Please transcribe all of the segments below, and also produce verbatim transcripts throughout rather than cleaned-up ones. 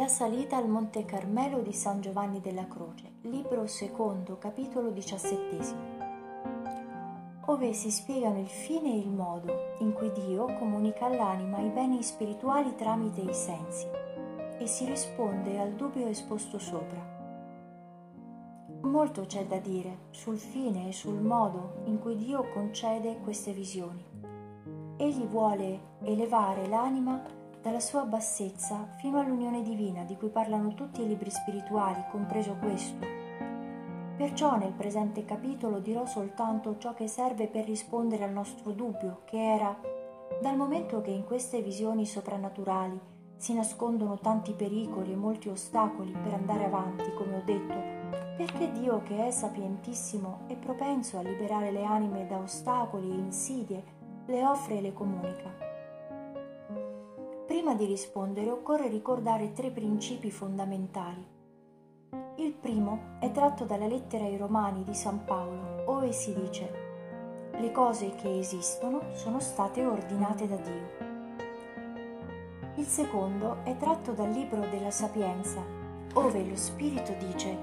La salita al Monte Carmelo di San Giovanni della Croce, libro secondo, capitolo diciassettesimo, ove si spiegano il fine e il modo in cui Dio comunica all'anima i beni spirituali tramite i sensi e si risponde al dubbio esposto sopra. Molto c'è da dire sul fine e sul modo in cui Dio concede queste visioni. Egli vuole elevare l'anima dalla sua bassezza fino all'unione divina di cui parlano tutti i libri spirituali, compreso questo. Perciò nel presente capitolo dirò soltanto ciò che serve per rispondere al nostro dubbio, che era: dal momento che in queste visioni soprannaturali si nascondono tanti pericoli e molti ostacoli per andare avanti, come ho detto, perché Dio, che è sapientissimo e propenso a liberare le anime da ostacoli e insidie, le offre e le comunica? Prima di rispondere occorre ricordare tre principi fondamentali. Il primo è tratto dalla lettera ai Romani di San Paolo, ove si dice: le cose che esistono sono state ordinate da Dio. Il secondo è tratto dal libro della Sapienza, ove lo Spirito dice: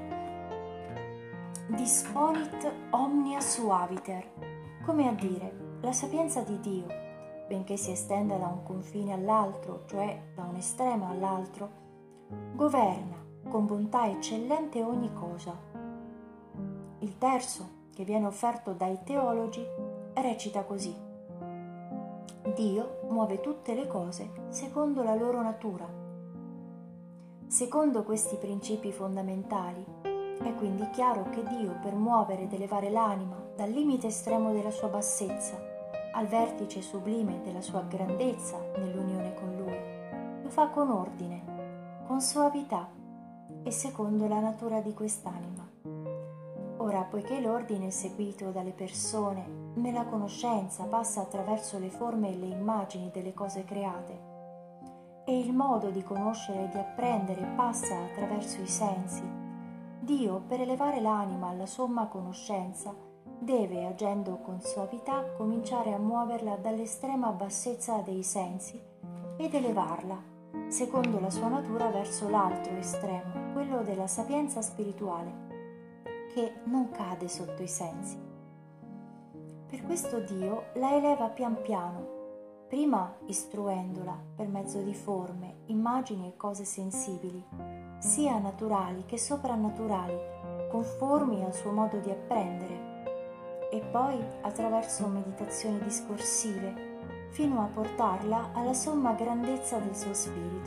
disponit omnia suaviter, come a dire, la sapienza di Dio, benché si estenda da un confine all'altro, cioè da un estremo all'altro, governa con bontà eccellente ogni cosa. Il terzo, che viene offerto dai teologi, recita così: Dio muove tutte le cose secondo la loro natura. Secondo questi principi fondamentali, è quindi chiaro che Dio, per muovere ed elevare l'anima dal limite estremo della sua bassezza al vertice sublime della sua grandezza nell'unione con Lui, lo fa con ordine, con soavità e secondo la natura di quest'anima. Ora, poiché l'ordine seguito dalle persone nella conoscenza passa attraverso le forme e le immagini delle cose create, e il modo di conoscere e di apprendere passa attraverso i sensi, Dio, per elevare l'anima alla somma conoscenza, deve, agendo con soavità, cominciare a muoverla dall'estrema bassezza dei sensi ed elevarla, secondo la sua natura, verso l'altro estremo, quello della sapienza spirituale, che non cade sotto i sensi. Per questo Dio la eleva pian piano, prima istruendola per mezzo di forme, immagini e cose sensibili, sia naturali che soprannaturali, conformi al suo modo di apprendere, e poi attraverso meditazioni discorsive, fino a portarla alla somma grandezza del suo spirito.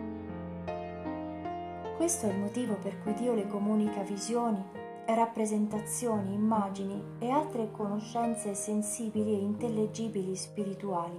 Questo è il motivo per cui Dio le comunica visioni, rappresentazioni, immagini e altre conoscenze sensibili e intellegibili spirituali.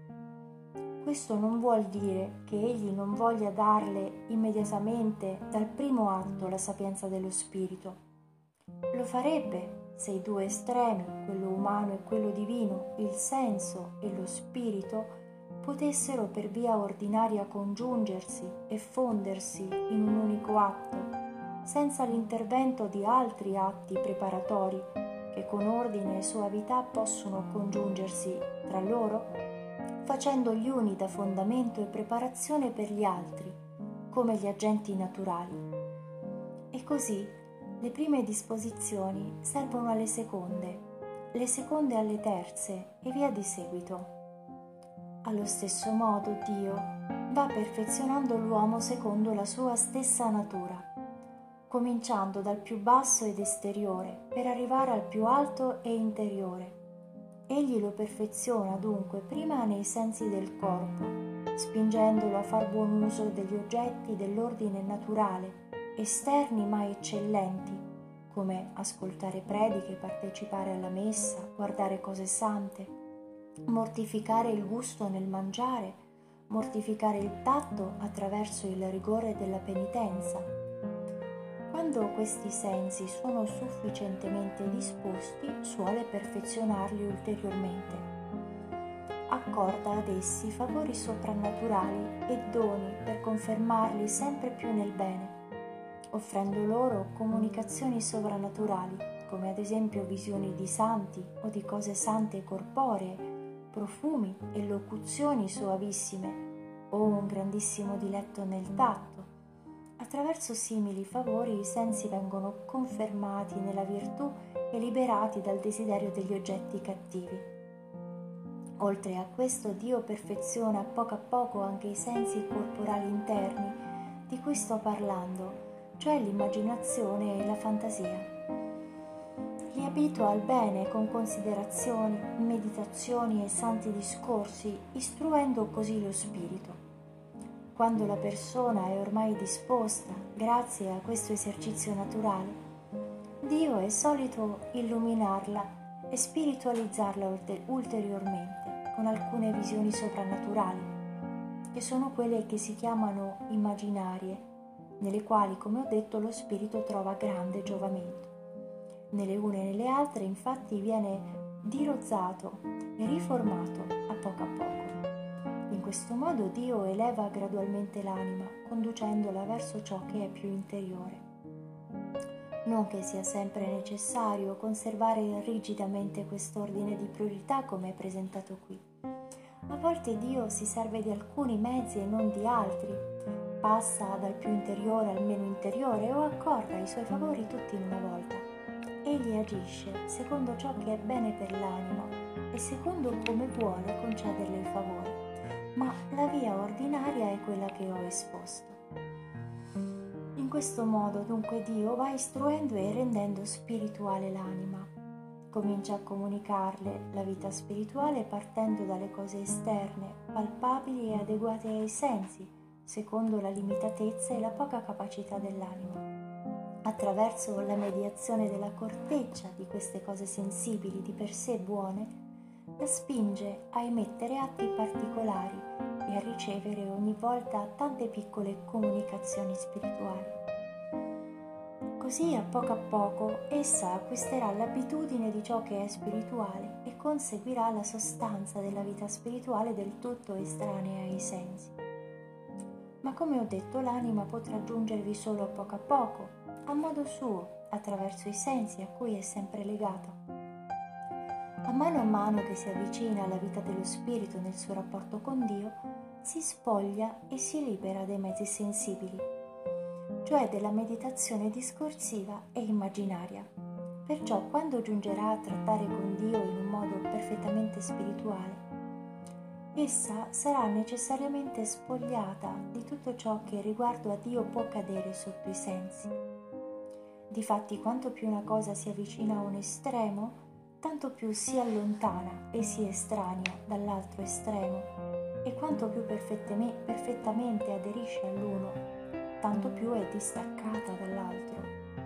Questo non vuol dire che Egli non voglia darle immediatamente dal primo atto la sapienza dello spirito. Lo farebbe se i due estremi, quello umano e quello divino, il senso e lo spirito, potessero per via ordinaria congiungersi e fondersi in un unico atto, senza l'intervento di altri atti preparatori che con ordine e soavità possono congiungersi tra loro, facendo gli uni da fondamento e preparazione per gli altri, come gli agenti naturali. E così le prime disposizioni servono alle seconde, le seconde alle terze e via di seguito. Allo stesso modo Dio va perfezionando l'uomo secondo la sua stessa natura, cominciando dal più basso ed esteriore per arrivare al più alto e interiore. Egli lo perfeziona dunque prima nei sensi del corpo, spingendolo a far buon uso degli oggetti dell'ordine naturale, esterni ma eccellenti, come ascoltare prediche, partecipare alla messa, guardare cose sante, mortificare il gusto nel mangiare, mortificare il tatto attraverso il rigore della penitenza. Quando questi sensi sono sufficientemente disposti, suole perfezionarli ulteriormente. Accorda ad essi favori soprannaturali e doni per confermarli sempre più nel bene, offrendo loro comunicazioni sovrannaturali, come ad esempio visioni di santi o di cose sante e corporee, profumi e locuzioni soavissime, o un grandissimo diletto nel tatto, Attraverso simili favori i sensi vengono confermati nella virtù e liberati dal desiderio degli oggetti cattivi. Oltre a questo, Dio perfeziona a poco a poco anche i sensi corporali interni di cui sto parlando, cioè l'immaginazione e la fantasia. Li abitua al bene con considerazioni, meditazioni e santi discorsi, istruendo così lo spirito. Quando la persona è ormai disposta, grazie a questo esercizio naturale, Dio è solito illuminarla e spiritualizzarla ulteriormente con alcune visioni soprannaturali, che sono quelle che si chiamano immaginarie, nelle quali, come ho detto, lo spirito trova grande giovamento. Nelle une e nelle altre, infatti, viene dirozzato e riformato a poco a poco. In questo modo Dio eleva gradualmente l'anima, conducendola verso ciò che è più interiore. Non che sia sempre necessario conservare rigidamente quest'ordine di priorità come è presentato qui. A volte Dio si serve di alcuni mezzi e non di altri, passa dal più interiore al meno interiore o accorda i suoi favori tutti in una volta. Egli agisce secondo ciò che è bene per l'anima e secondo come vuole concederle il favore, ma la via ordinaria è quella che ho esposto. In questo modo, dunque, Dio va istruendo e rendendo spirituale l'anima. Comincia a comunicarle la vita spirituale partendo dalle cose esterne, palpabili e adeguate ai sensi, secondo la limitatezza e la poca capacità dell'anima. Attraverso la mediazione della corteccia di queste cose sensibili di per sé buone, la spinge a emettere atti particolari e a ricevere ogni volta tante piccole comunicazioni spirituali. Così, a poco a poco, essa acquisterà l'abitudine di ciò che è spirituale e conseguirà la sostanza della vita spirituale del tutto estranea ai sensi. Ma come ho detto, l'anima potrà giungervi solo a poco a poco, a modo suo, attraverso i sensi a cui è sempre legata. A mano a mano che si avvicina alla vita dello spirito nel suo rapporto con Dio, si spoglia e si libera dei mezzi sensibili, cioè della meditazione discorsiva e immaginaria. Perciò, quando giungerà a trattare con Dio in un modo perfettamente spirituale, essa sarà necessariamente spogliata di tutto ciò che riguardo a Dio può cadere sotto i sensi. Difatti, quanto più una cosa si avvicina a un estremo, tanto più si allontana e si estranea dall'altro estremo, e quanto più perfettamente aderisce all'uno, tanto più è distaccata dall'altro.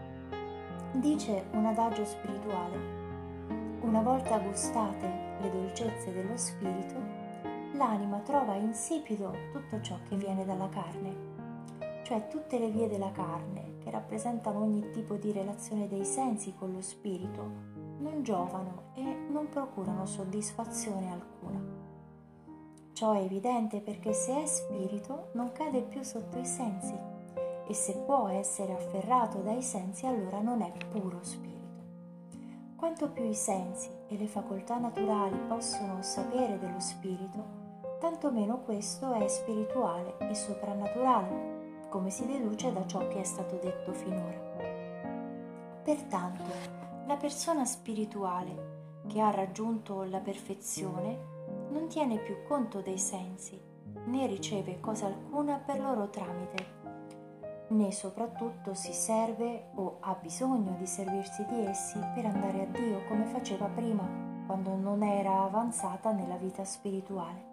Dice un adagio spirituale: una volta gustate le dolcezze dello spirito, l'anima trova insipido tutto ciò che viene dalla carne, cioè tutte le vie della carne, che rappresentano ogni tipo di relazione dei sensi con lo spirito, non giovano e non procurano soddisfazione alcuna. Ciò è evidente perché se è spirito non cade più sotto i sensi, e se può essere afferrato dai sensi allora non è puro spirito. Quanto più i sensi e le facoltà naturali possono sapere dello spirito, tanto meno questo è spirituale e soprannaturale, come si deduce da ciò che è stato detto finora. Pertanto, la persona spirituale che ha raggiunto la perfezione non tiene più conto dei sensi, né riceve cosa alcuna per loro tramite, né soprattutto si serve o ha bisogno di servirsi di essi per andare a Dio come faceva prima, quando non era avanzata nella vita spirituale.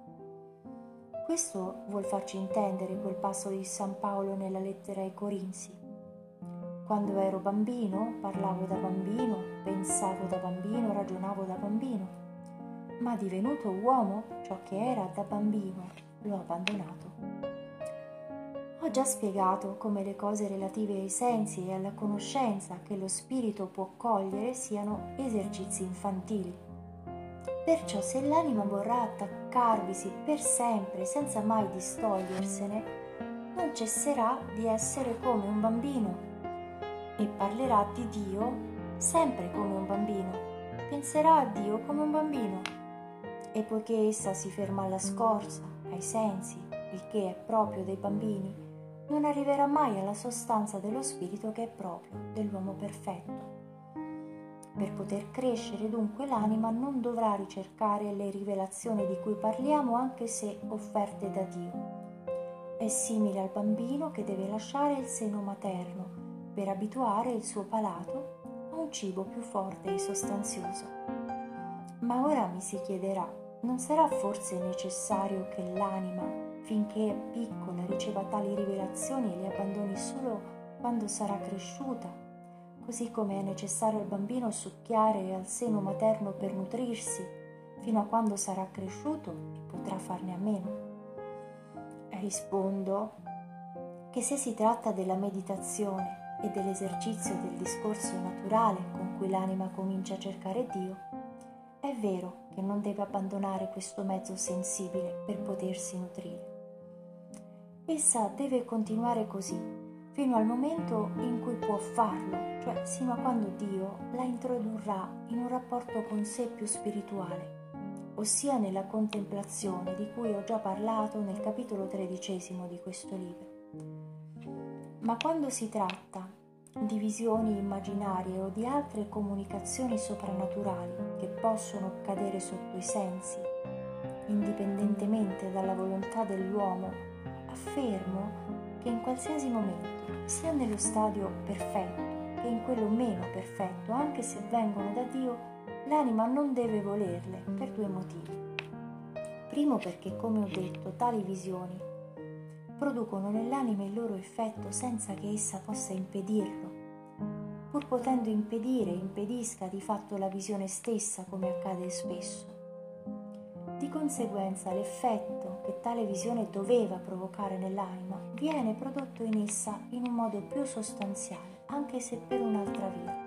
Questo vuol farci intendere quel passo di San Paolo nella lettera ai Corinzi. Quando ero bambino, parlavo da bambino, pensavo da bambino, ragionavo da bambino, ma divenuto uomo, ciò che era da bambino l'ho abbandonato. Ho già spiegato come le cose relative ai sensi e alla conoscenza che lo spirito può cogliere siano esercizi infantili. Perciò, se l'anima vorrà attaccarvisi per sempre senza mai distogliersene, non cesserà di essere come un bambino e parlerà di Dio sempre come un bambino, penserà a Dio come un bambino. E poiché essa si ferma alla scorza, ai sensi, il che è proprio dei bambini, non arriverà mai alla sostanza dello spirito che è proprio dell'uomo perfetto. Per poter crescere dunque l'anima non dovrà ricercare le rivelazioni di cui parliamo, anche se offerte da Dio. È simile al bambino che deve lasciare il seno materno per abituare il suo palato a un cibo più forte e sostanzioso. Ma ora mi si chiederà, non sarà forse necessario che l'anima, finché è piccola, riceva tali rivelazioni e le abbandoni solo quando sarà cresciuta, così come è necessario al bambino succhiare al seno materno per nutrirsi, fino a quando sarà cresciuto e potrà farne a meno? Rispondo che se si tratta della meditazione e dell'esercizio del discorso naturale con cui l'anima comincia a cercare Dio, è vero che non deve abbandonare questo mezzo sensibile per potersi nutrire. Essa deve continuare così fino al momento in cui può farlo, cioè sino a quando Dio la introdurrà in un rapporto con sé più spirituale, ossia nella contemplazione di cui ho già parlato nel capitolo tredicesimo di questo libro. Ma quando si tratta di visioni immaginarie o di altre comunicazioni soprannaturali che possono cadere sotto i sensi, indipendentemente dalla volontà dell'uomo, affermo che in qualsiasi momento, sia nello stadio perfetto che in quello meno perfetto, anche se vengono da Dio, l'anima non deve volerle per due motivi. Primo, perché, come ho detto, tali visioni producono nell'anima il loro effetto senza che essa possa impedirlo, pur potendo impedire, impedisca di fatto la visione stessa, come accade spesso. Di conseguenza, l'effetto che tale visione doveva provocare nell'anima viene prodotto in essa in un modo più sostanziale, anche se per un'altra via.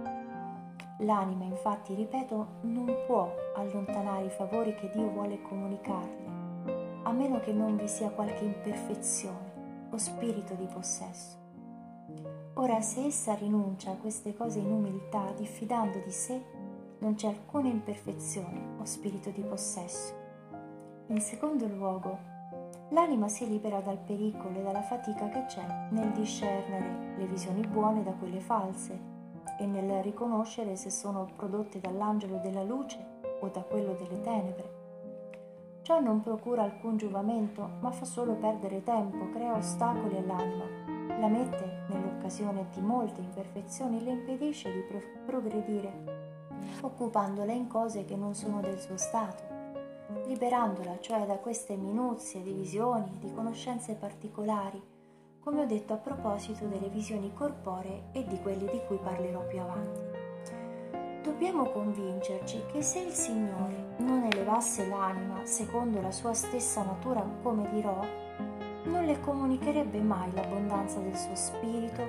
L'anima, infatti, ripeto, non può allontanare i favori che Dio vuole comunicarle, a meno che non vi sia qualche imperfezione o spirito di possesso. Ora, se essa rinuncia a queste cose in umiltà, diffidando di sé, non c'è alcuna imperfezione o spirito di possesso. In secondo luogo, l'anima si libera dal pericolo e dalla fatica che c'è nel discernere le visioni buone da quelle false e nel riconoscere se sono prodotte dall'angelo della luce o da quello delle tenebre. Ciò non procura alcun giovamento, ma fa solo perdere tempo, crea ostacoli all'anima, la mette nell'occasione di molte imperfezioni e le impedisce di pro- progredire, occupandola in cose che non sono del suo stato, liberandola cioè da queste minuzie di visioni e di conoscenze particolari, come ho detto a proposito delle visioni corporee e di quelle di cui parlerò più avanti. Dobbiamo convincerci che se il Signore non elevasse l'anima secondo la sua stessa natura, come dirò, non le comunicherebbe mai l'abbondanza del suo spirito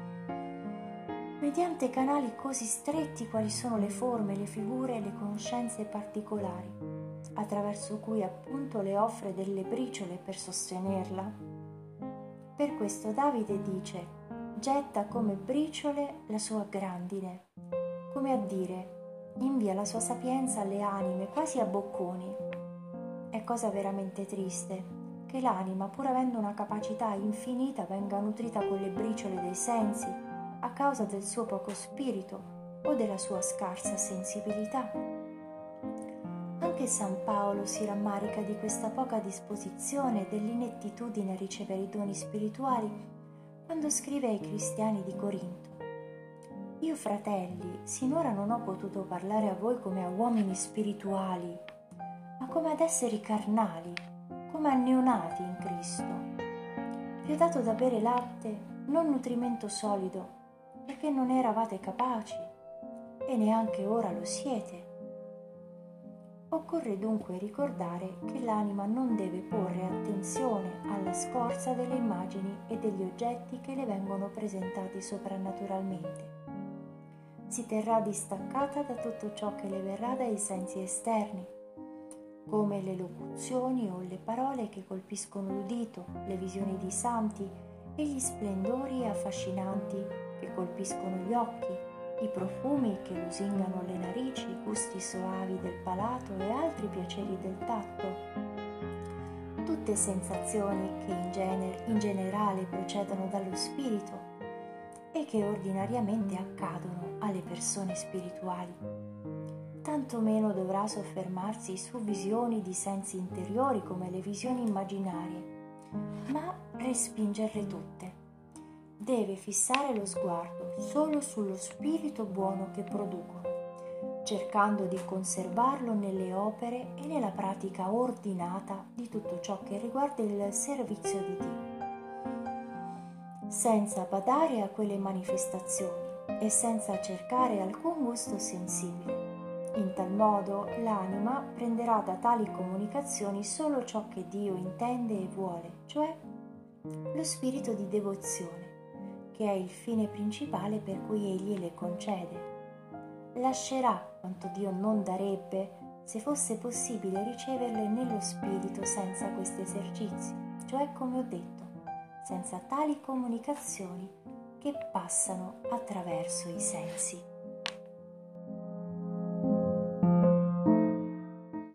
mediante canali così stretti quali sono le forme, le figure e le conoscenze particolari, attraverso cui appunto le offre delle briciole per sostenerla. Per questo Davide dice: getta come briciole la sua grandine, come a dire, invia la sua sapienza alle anime quasi a bocconi. È cosa veramente triste che l'anima, pur avendo una capacità infinita, venga nutrita con le briciole dei sensi a causa del suo poco spirito o della sua scarsa sensibilità. Anche San Paolo si rammarica di questa poca disposizione e dell'inettitudine a ricevere i doni spirituali quando scrive ai cristiani di Corinto: io, fratelli, sinora non ho potuto parlare a voi come a uomini spirituali, ma come ad esseri carnali, come a neonati in Cristo. Vi ho dato da bere latte, non nutrimento solido, perché non eravate capaci, e neanche ora lo siete. Occorre dunque ricordare che l'anima non deve porre attenzione alla scorza delle immagini e degli oggetti che le vengono presentati soprannaturalmente. Si terrà distaccata da tutto ciò che le verrà dai sensi esterni, come le locuzioni o le parole che colpiscono l'udito, le visioni di santi e gli splendori affascinanti che colpiscono gli occhi, i profumi che lusingano le narici, i gusti soavi del palato e altri piaceri del tatto. tutte sensazioni che in, gener- in generale procedono dallo spirito e che ordinariamente accadono alle persone spirituali. Tanto meno dovrà soffermarsi su visioni di sensi interiori come le visioni immaginarie, ma respingerle tutte. Deve fissare lo sguardo solo sullo spirito buono che producono, cercando di conservarlo nelle opere e nella pratica ordinata di tutto ciò che riguarda il servizio di Dio, senza badare a quelle manifestazioni e senza cercare alcun gusto sensibile. In tal modo l'anima prenderà da tali comunicazioni solo ciò che Dio intende e vuole, cioè lo spirito di devozione, che è il fine principale per cui Egli le concede. Lascerà quanto Dio non darebbe se fosse possibile riceverle nello spirito senza questi esercizi, cioè, come ho detto, senza tali comunicazioni che passano attraverso i sensi.